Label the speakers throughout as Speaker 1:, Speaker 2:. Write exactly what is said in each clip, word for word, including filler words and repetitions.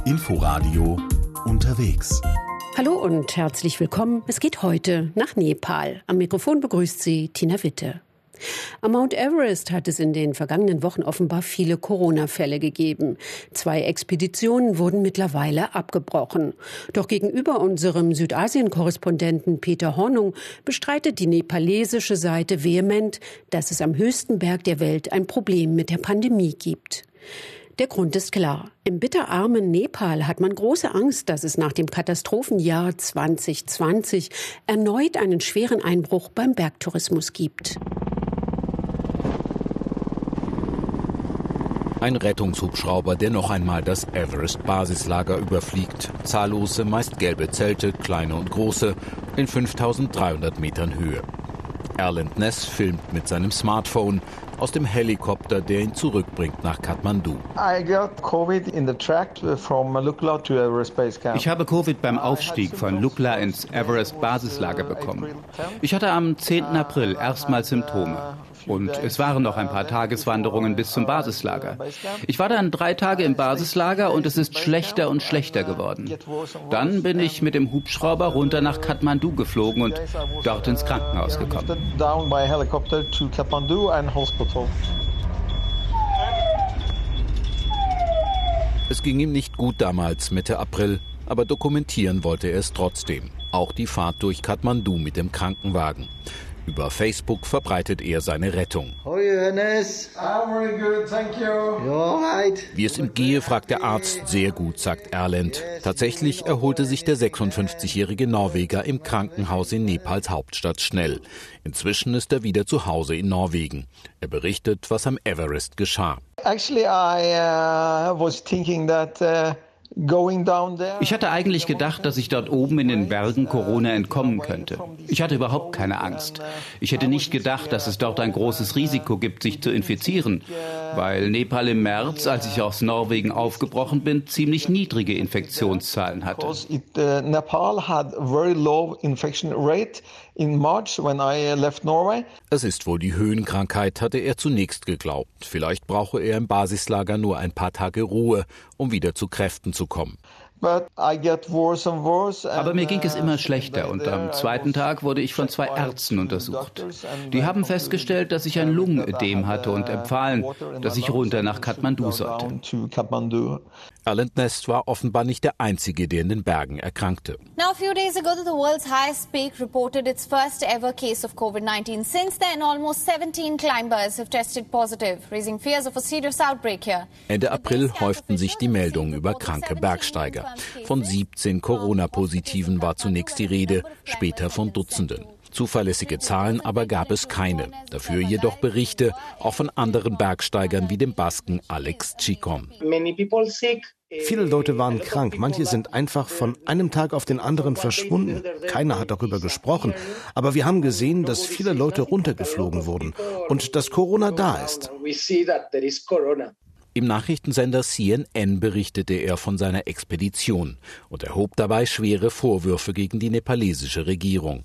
Speaker 1: Inforadio unterwegs.
Speaker 2: Hallo und herzlich willkommen. Es geht heute nach Nepal. Am Mikrofon begrüßt Sie Tina Witte. Am Mount Everest hat es in den vergangenen Wochen offenbar viele Corona-Fälle gegeben. Zwei Expeditionen wurden mittlerweile abgebrochen. Doch gegenüber unserem Südasien-Korrespondenten Peter Hornung bestreitet die nepalesische Seite vehement, dass es am höchsten Berg der Welt ein Problem mit der Pandemie gibt. Der Grund ist klar. Im bitterarmen Nepal hat man große Angst, dass es nach dem Katastrophenjahr zwanzig zwanzig erneut einen schweren Einbruch beim Bergtourismus gibt.
Speaker 3: Ein Rettungshubschrauber, der noch einmal das Everest-Basislager überfliegt. Zahllose, meist gelbe Zelte, kleine und große, in fünftausenddreihundert Metern Höhe. Erland Ness filmt mit seinem Smartphone aus dem Helikopter, der ihn zurückbringt nach Kathmandu.
Speaker 4: Ich habe Covid beim Aufstieg von Lukla ins Everest-Basislager bekommen. Ich hatte am zehnten April erstmals Symptome. Und es waren noch ein paar Tageswanderungen bis zum Basislager. Ich war dann drei Tage im Basislager und es ist schlechter und schlechter geworden. Dann bin ich mit dem Hubschrauber runter nach Kathmandu geflogen und dort ins Krankenhaus gekommen.
Speaker 3: Es ging ihm nicht gut damals, Mitte April, aber dokumentieren wollte er es trotzdem. Auch die Fahrt durch Kathmandu mit dem Krankenwagen. Über Facebook verbreitet er seine Rettung. Wie es ihm gehe, fragt der Arzt. Sehr gut, sagt Erland. Tatsächlich erholte sich der sechsundfünfzigjährige Norweger im Krankenhaus in Nepals Hauptstadt schnell. Inzwischen ist er wieder zu Hause in Norwegen. Er berichtet, was am Everest geschah.
Speaker 5: Actually, I uh, was thinking that uh
Speaker 4: Ich hatte eigentlich gedacht, dass ich dort oben in den Bergen Corona entkommen könnte. Ich hatte überhaupt keine Angst. Ich hätte nicht gedacht, dass es dort ein großes Risiko gibt, sich zu infizieren, weil Nepal im März, als ich aus Norwegen aufgebrochen bin, ziemlich niedrige Infektionszahlen hatte.
Speaker 5: Nepal had very low infection rate in March when I left Norway.
Speaker 3: Es ist wohl die Höhenkrankheit, hatte er zunächst geglaubt. Vielleicht brauche er im Basislager nur ein paar Tage Ruhe, um wieder zu Kräften zu kommen.
Speaker 4: Aber mir ging es immer schlechter und am zweiten Tag wurde ich von zwei Ärzten untersucht. Die haben festgestellt, dass ich ein Lungenödem hatte und empfahlen, dass ich runter nach Kathmandu sollte.
Speaker 3: Erland Ness war offenbar nicht der Einzige, der in den Bergen erkrankte.
Speaker 6: Now, a few days ago, the world's highest peak reported its first ever case of COVID nineteen. Since then, almost seventeen climbers have tested positive, raising fears of a serious outbreak here.
Speaker 3: Ende April häuften sich die Meldungen über kranke Bergsteiger. Von siebzehn Corona-Positiven war zunächst die Rede, später von Dutzenden. Zuverlässige Zahlen aber gab es keine. Dafür jedoch Berichte, auch von anderen Bergsteigern wie dem Basken Alex Chicom.
Speaker 7: Viele Leute waren krank, manche sind einfach von einem Tag auf den anderen verschwunden. Keiner hat darüber gesprochen, aber wir haben gesehen, dass viele Leute runtergeflogen wurden und dass Corona da ist.
Speaker 3: Im Nachrichtensender C N N berichtete er von seiner Expedition und erhob dabei schwere Vorwürfe gegen die nepalesische Regierung.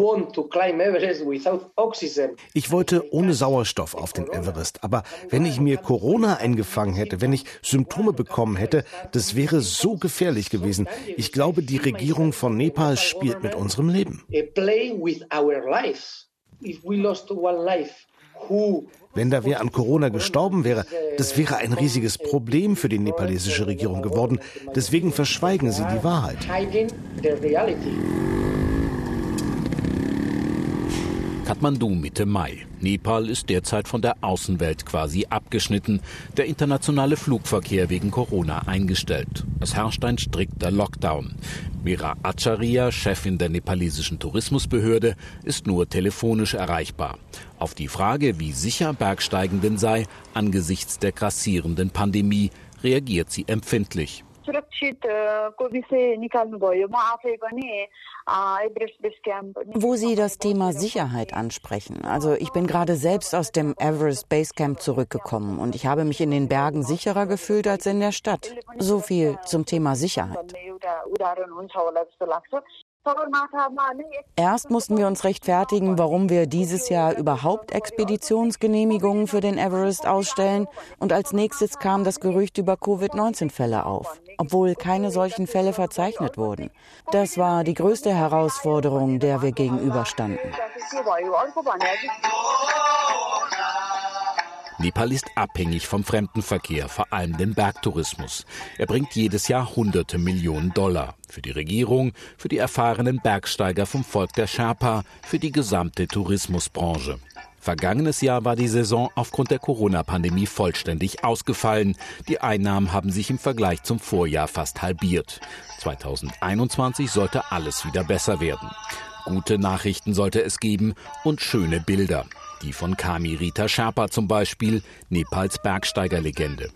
Speaker 7: Ich wollte ohne Sauerstoff auf den Everest, aber wenn ich mir Corona eingefangen hätte, wenn ich Symptome bekommen hätte, das wäre so gefährlich gewesen. Ich glaube, die Regierung von Nepal spielt mit unserem Leben. Wenn da wer an Corona gestorben wäre, das wäre ein riesiges Problem für die nepalesische Regierung geworden. Deswegen verschweigen sie die Wahrheit.
Speaker 3: Kathmandu Mitte Mai. Nepal ist derzeit von der Außenwelt quasi abgeschnitten. Der internationale Flugverkehr wegen Corona eingestellt. Es herrscht ein strikter Lockdown. Mira Acharya, Chefin der nepalesischen Tourismusbehörde, ist nur telefonisch erreichbar. Auf die Frage, wie sicher Bergsteigen denn sei, angesichts der grassierenden Pandemie, reagiert sie empfindlich.
Speaker 8: Wo Sie das Thema Sicherheit ansprechen. Also ich bin gerade selbst aus dem Everest Basecamp zurückgekommen und ich habe mich in den Bergen sicherer gefühlt als in der Stadt. So viel zum Thema Sicherheit. Erst mussten wir uns rechtfertigen, warum wir dieses Jahr überhaupt Expeditionsgenehmigungen für den Everest ausstellen. Und als nächstes kam das Gerücht über Covid neunzehn Fälle auf, obwohl keine solchen Fälle verzeichnet wurden. Das war die größte Herausforderung, der wir gegenüberstanden.
Speaker 3: Nepal ist abhängig vom Fremdenverkehr, vor allem dem Bergtourismus. Er bringt jedes Jahr hunderte Millionen Dollar. Für die Regierung, für die erfahrenen Bergsteiger vom Volk der Sherpa, für die gesamte Tourismusbranche. Vergangenes Jahr war die Saison aufgrund der Corona-Pandemie vollständig ausgefallen. Die Einnahmen haben sich im Vergleich zum Vorjahr fast halbiert. zweitausendeinundzwanzig sollte alles wieder besser werden. Gute Nachrichten sollte es geben und schöne Bilder. Die von Kamirita Sherpa zum Beispiel, Nepals Bergsteigerlegende.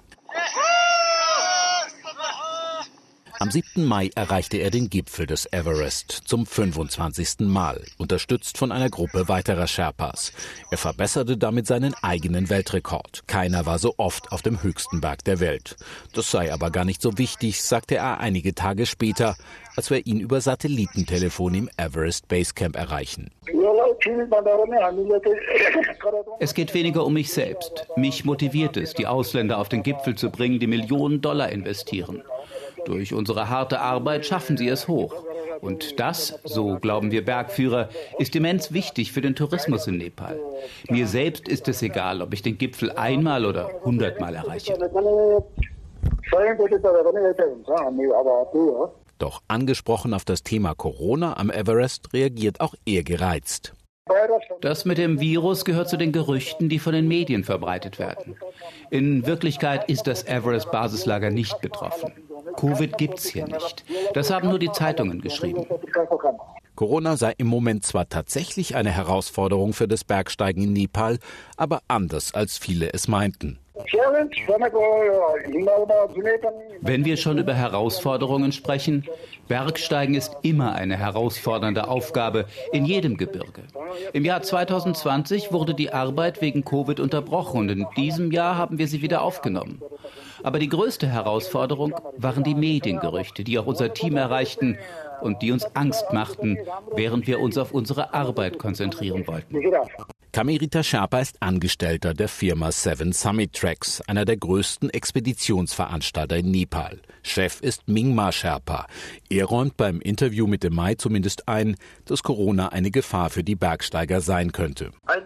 Speaker 3: Am siebten Mai erreichte er den Gipfel des Everest zum fünfundzwanzigsten Mal, unterstützt von einer Gruppe weiterer Sherpas. Er verbesserte damit seinen eigenen Weltrekord. Keiner war so oft auf dem höchsten Berg der Welt. Das sei aber gar nicht so wichtig, sagte er einige Tage später, als wir ihn über Satellitentelefon im Everest Basecamp erreichen.
Speaker 4: Es geht weniger um mich selbst. Mich motiviert es, die Ausländer auf den Gipfel zu bringen, die Millionen Dollar investieren. Durch unsere harte Arbeit schaffen sie es hoch. Und das, so glauben wir Bergführer, ist immens wichtig für den Tourismus in Nepal. Mir selbst ist es egal, ob ich den Gipfel einmal oder hundertmal erreiche.
Speaker 3: Doch angesprochen auf das Thema Corona am Everest reagiert auch er gereizt.
Speaker 4: Das mit dem Virus gehört zu den Gerüchten, die von den Medien verbreitet werden. In Wirklichkeit ist das Everest-Basislager nicht betroffen. Covid gibt's hier nicht. Das haben nur die Zeitungen geschrieben.
Speaker 3: Corona sei im Moment zwar tatsächlich eine Herausforderung für das Bergsteigen in Nepal, aber anders als viele es meinten.
Speaker 4: Wenn wir schon über Herausforderungen sprechen, Bergsteigen ist immer eine herausfordernde Aufgabe in jedem Gebirge. Im Jahr zweitausendzwanzig wurde die Arbeit wegen Covid unterbrochen und in diesem Jahr haben wir sie wieder aufgenommen. Aber die größte Herausforderung waren die Mediengerüchte, die auch unser Team erreichten und die uns Angst machten, während wir uns auf unsere Arbeit konzentrieren wollten.
Speaker 3: Kamirita Sherpa ist Angestellter der Firma Seven Summit Tracks, einer der größten Expeditionsveranstalter in Nepal. Chef ist Mingma Sherpa. Er räumt beim Interview Mitte Mai zumindest ein, dass Corona eine Gefahr für die Bergsteiger sein könnte.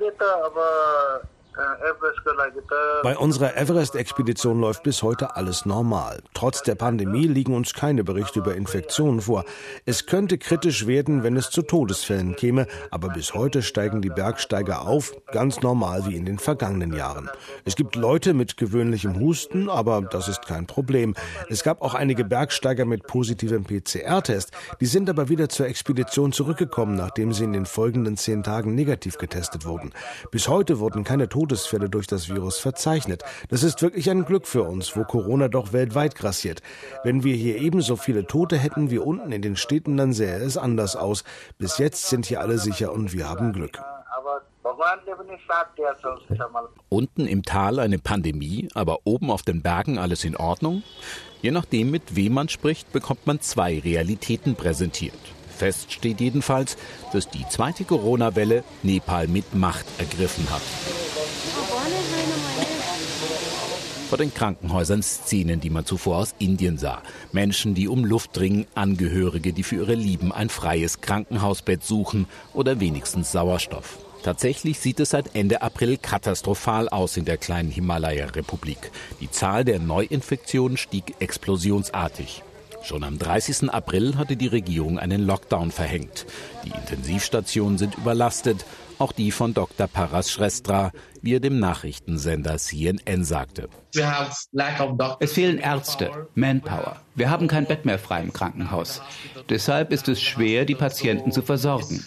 Speaker 7: Bei unserer Everest-Expedition läuft bis heute alles normal. Trotz der Pandemie liegen uns keine Berichte über Infektionen vor. Es könnte kritisch werden, wenn es zu Todesfällen käme, aber bis heute steigen die Bergsteiger auf, ganz normal wie in den vergangenen Jahren. Es gibt Leute mit gewöhnlichem Husten, aber das ist kein Problem. Es gab auch einige Bergsteiger mit positivem P C R-Test. Die sind aber wieder zur Expedition zurückgekommen, nachdem sie in den folgenden zehn Tagen negativ getestet wurden. Bis heute wurden keine Todesfälle Todesfälle durch das Virus verzeichnet. Das ist wirklich ein Glück für uns, wo Corona doch weltweit grassiert. Wenn wir hier ebenso viele Tote hätten wie unten in den Städten, dann sähe es anders aus. Bis jetzt sind hier alle sicher und wir haben Glück.
Speaker 3: Unten im Tal eine Pandemie, aber oben auf den Bergen alles in Ordnung? Je nachdem, mit wem man spricht, bekommt man zwei Realitäten präsentiert. Fest steht jedenfalls, dass die zweite Corona-Welle Nepal mit Macht ergriffen hat. Vor den Krankenhäusern Szenen, die man zuvor aus Indien sah. Menschen, die um Luft dringen, Angehörige, die für ihre Lieben ein freies Krankenhausbett suchen oder wenigstens Sauerstoff. Tatsächlich sieht es seit Ende April katastrophal aus in der kleinen Himalaya-Republik. Die Zahl der Neuinfektionen stieg explosionsartig. Schon am dreißigsten April hatte die Regierung einen Lockdown verhängt. Die Intensivstationen sind überlastet, auch die von Doktor Paras Shrestha, wie er dem Nachrichtensender C N N sagte.
Speaker 4: Es fehlen Ärzte, Manpower. Wir haben kein Bett mehr frei im Krankenhaus. Deshalb ist es schwer, die Patienten zu versorgen.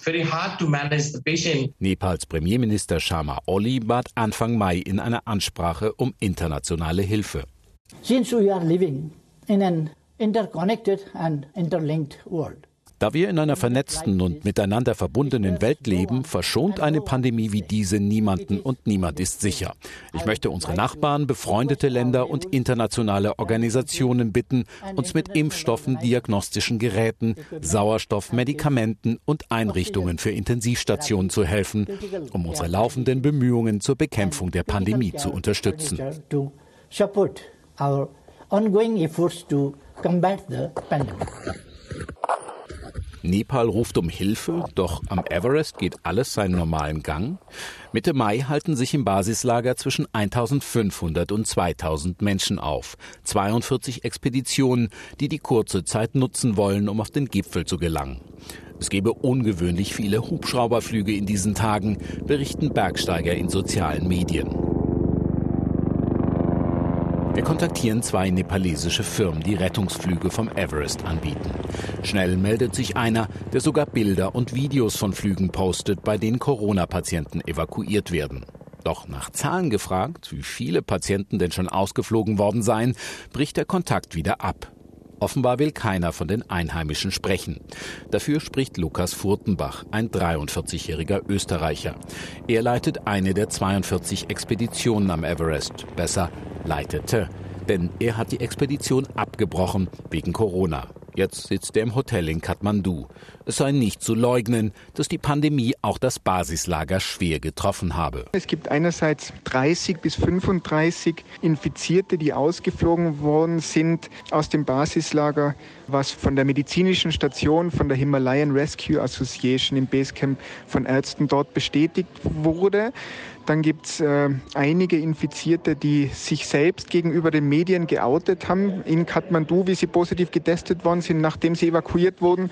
Speaker 3: Nepals Premierminister Sharma Oli bat Anfang Mai in einer Ansprache um internationale Hilfe.
Speaker 9: Since we are living in an interconnected and interlinked world.
Speaker 3: Da wir in einer vernetzten und miteinander verbundenen Welt leben, verschont eine Pandemie wie diese niemanden und niemand ist sicher. Ich möchte unsere Nachbarn, befreundete Länder und internationale Organisationen bitten, uns mit Impfstoffen, diagnostischen Geräten, Sauerstoff, Medikamenten und Einrichtungen für Intensivstationen zu helfen, um unsere laufenden Bemühungen zur Bekämpfung der Pandemie zu unterstützen. Nepal ruft um Hilfe, doch am Everest geht alles seinen normalen Gang. Mitte Mai halten sich im Basislager zwischen eintausendfünfhundert und zweitausend Menschen auf. zweiundvierzig Expeditionen, die die kurze Zeit nutzen wollen, um auf den Gipfel zu gelangen. Es gebe ungewöhnlich viele Hubschrauberflüge in diesen Tagen, berichten Bergsteiger in sozialen Medien. Wir kontaktieren zwei nepalesische Firmen, die Rettungsflüge vom Everest anbieten. Schnell meldet sich einer, der sogar Bilder und Videos von Flügen postet, bei denen Corona-Patienten evakuiert werden. Doch nach Zahlen gefragt, wie viele Patienten denn schon ausgeflogen worden seien, bricht der Kontakt wieder ab. Offenbar will keiner von den Einheimischen sprechen. Dafür spricht Lukas Furtenbach, ein dreiundvierzigjähriger Österreicher. Er leitet eine der zweiundvierzig Expeditionen am Everest. Besser, leitete. Denn er hat die Expedition abgebrochen wegen Corona. Jetzt sitzt er im Hotel in Kathmandu. Es sei nicht zu leugnen, dass die Pandemie auch das Basislager schwer getroffen habe.
Speaker 9: Es gibt einerseits dreißig bis fünfunddreißig Infizierte, die ausgeflogen worden sind aus dem Basislager, was von der medizinischen Station, von der Himalayan Rescue Association im Basecamp von Ärzten dort bestätigt wurde. Dann gibt es äh, einige Infizierte, die sich selbst gegenüber den Medien geoutet haben in Kathmandu, wie sie positiv getestet worden sind, nachdem sie evakuiert wurden.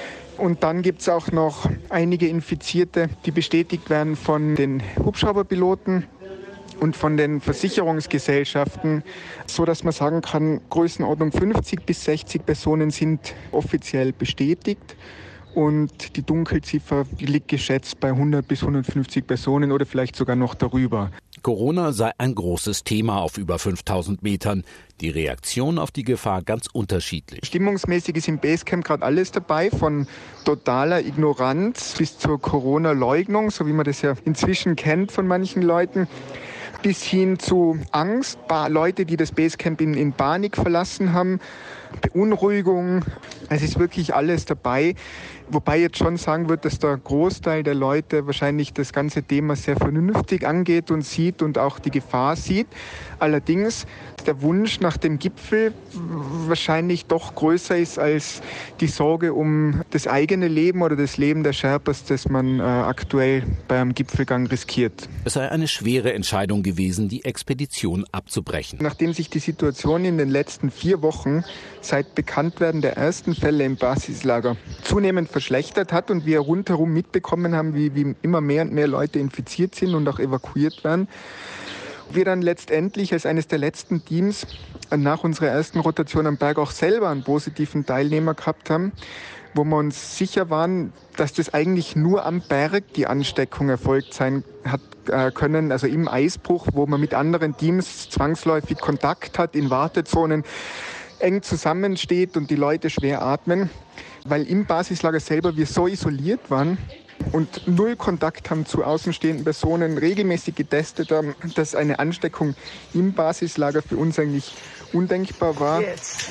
Speaker 9: Und dann gibt es auch noch einige Infizierte, die bestätigt werden von den Hubschrauberpiloten und von den Versicherungsgesellschaften, so dass man sagen kann, Größenordnung fünfzig bis sechzig Personen sind offiziell bestätigt. Und die Dunkelziffer liegt geschätzt bei hundert bis hundertfünfzig Personen oder vielleicht sogar noch darüber.
Speaker 3: Corona sei ein großes Thema auf über fünftausend Metern. Die Reaktion auf die Gefahr ganz unterschiedlich.
Speaker 9: Stimmungsmäßig ist im Basecamp gerade alles dabei, von totaler Ignoranz bis zur Corona-Leugnung, so wie man das ja inzwischen kennt von manchen Leuten, bis hin zu Angst, Leute, die das Basecamp in, in Panik verlassen haben, Beunruhigung. Es ist wirklich alles dabei, wobei jetzt schon sagen wird, dass der Großteil der Leute wahrscheinlich das ganze Thema sehr vernünftig angeht und sieht und auch die Gefahr sieht. Allerdings der Wunsch nach dem Gipfel wahrscheinlich doch größer ist als die Sorge um das eigene Leben oder das Leben der Sherpas, das man äh, aktuell beim Gipfelgang riskiert.
Speaker 3: Es sei eine schwere Entscheidung gewesen, die Expedition abzubrechen.
Speaker 9: Nachdem sich die Situation in den letzten vier Wochen seit Bekanntwerden der ersten Fälle im Basislager zunehmend verschlechtert hat und wir rundherum mitbekommen haben, wie, wie immer mehr und mehr Leute infiziert sind und auch evakuiert werden, wir dann letztendlich als eines der letzten Teams nach unserer ersten Rotation am Berg auch selber einen positiven Teilnehmer gehabt haben, wo wir uns sicher waren, dass das eigentlich nur am Berg die Ansteckung erfolgt sein hat äh, können, also im Eisbruch, wo man mit anderen Teams zwangsläufig Kontakt hat, in Wartezonen eng zusammensteht und die Leute schwer atmen, weil im Basislager selber wir so isoliert waren und null Kontakt haben zu außenstehenden Personen, regelmäßig getestet haben, dass eine Ansteckung im Basislager für uns eigentlich undenkbar war.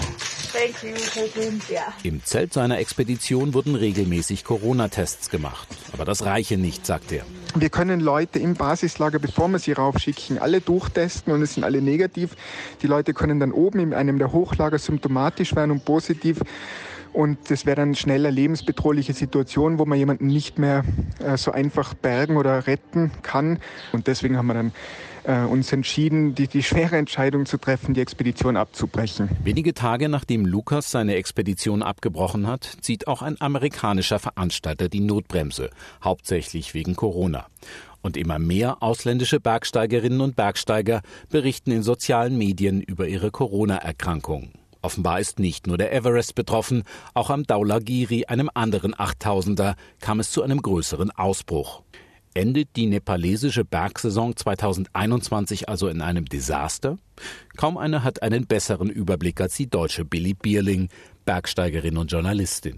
Speaker 3: Im Zelt seiner Expedition wurden regelmäßig Corona-Tests gemacht. Aber das reiche nicht, sagt er.
Speaker 9: Wir können Leute im Basislager, bevor wir sie raufschicken, alle durchtesten und es sind alle negativ. Die Leute können dann oben in einem der Hochlager symptomatisch werden und positiv. Und das wäre dann schnell eine lebensbedrohliche Situation, wo man jemanden nicht mehr äh, so einfach bergen oder retten kann. Und deswegen haben wir dann äh, uns entschieden, die, die schwere Entscheidung zu treffen, die Expedition abzubrechen.
Speaker 3: Wenige Tage nachdem Lukas seine Expedition abgebrochen hat, zieht auch ein amerikanischer Veranstalter die Notbremse, hauptsächlich wegen Corona. Und immer mehr ausländische Bergsteigerinnen und Bergsteiger berichten in sozialen Medien über ihre Corona-Erkrankung. Offenbar ist nicht nur der Everest betroffen, auch am Dhaulagiri, einem anderen Achttausender, kam es zu einem größeren Ausbruch. Endet die nepalesische Bergsaison zweitausendeinundzwanzig also in einem Desaster? Kaum einer hat einen besseren Überblick als die deutsche Billy Bierling, Bergsteigerin und Journalistin.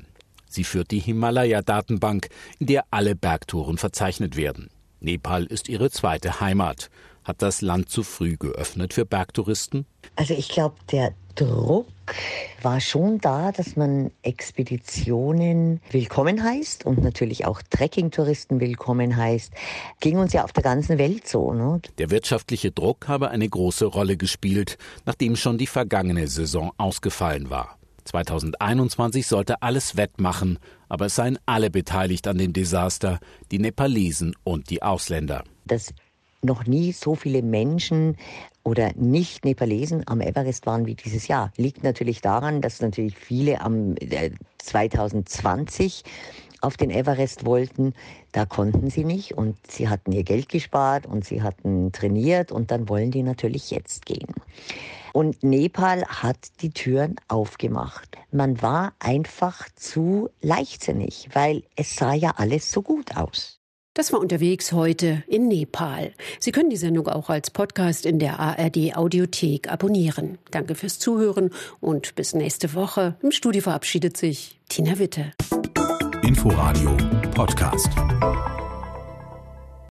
Speaker 3: Sie führt die Himalaya-Datenbank, in der alle Bergtouren verzeichnet werden. Nepal ist ihre zweite Heimat. Hat das Land zu früh geöffnet für Bergtouristen?
Speaker 10: Also ich glaube, der Druck war schon da, dass man Expeditionen willkommen heißt und natürlich auch Trekkingtouristen willkommen heißt. Ging uns ja auf der ganzen Welt so, ne?
Speaker 3: Der wirtschaftliche Druck habe eine große Rolle gespielt, nachdem schon die vergangene Saison ausgefallen war. zweitausendeinundzwanzig sollte alles wettmachen, aber es seien alle beteiligt an dem Desaster, die Nepalesen und die Ausländer.
Speaker 10: Das noch nie so viele Menschen oder Nicht-Nepalesen am Everest waren wie dieses Jahr. Liegt natürlich daran, dass natürlich viele am äh, zweitausendzwanzig auf den Everest wollten. Da konnten sie nicht und sie hatten ihr Geld gespart und sie hatten trainiert und dann wollen die natürlich jetzt gehen. Und Nepal hat die Türen aufgemacht. Man war einfach zu leichtsinnig, weil es sah ja alles so gut aus.
Speaker 2: Das war unterwegs heute in Nepal. Sie können die Sendung auch als Podcast in der A R D-Audiothek abonnieren. Danke fürs Zuhören und bis nächste Woche. Im Studio verabschiedet sich Tina Witte.
Speaker 1: Inforadio Podcast.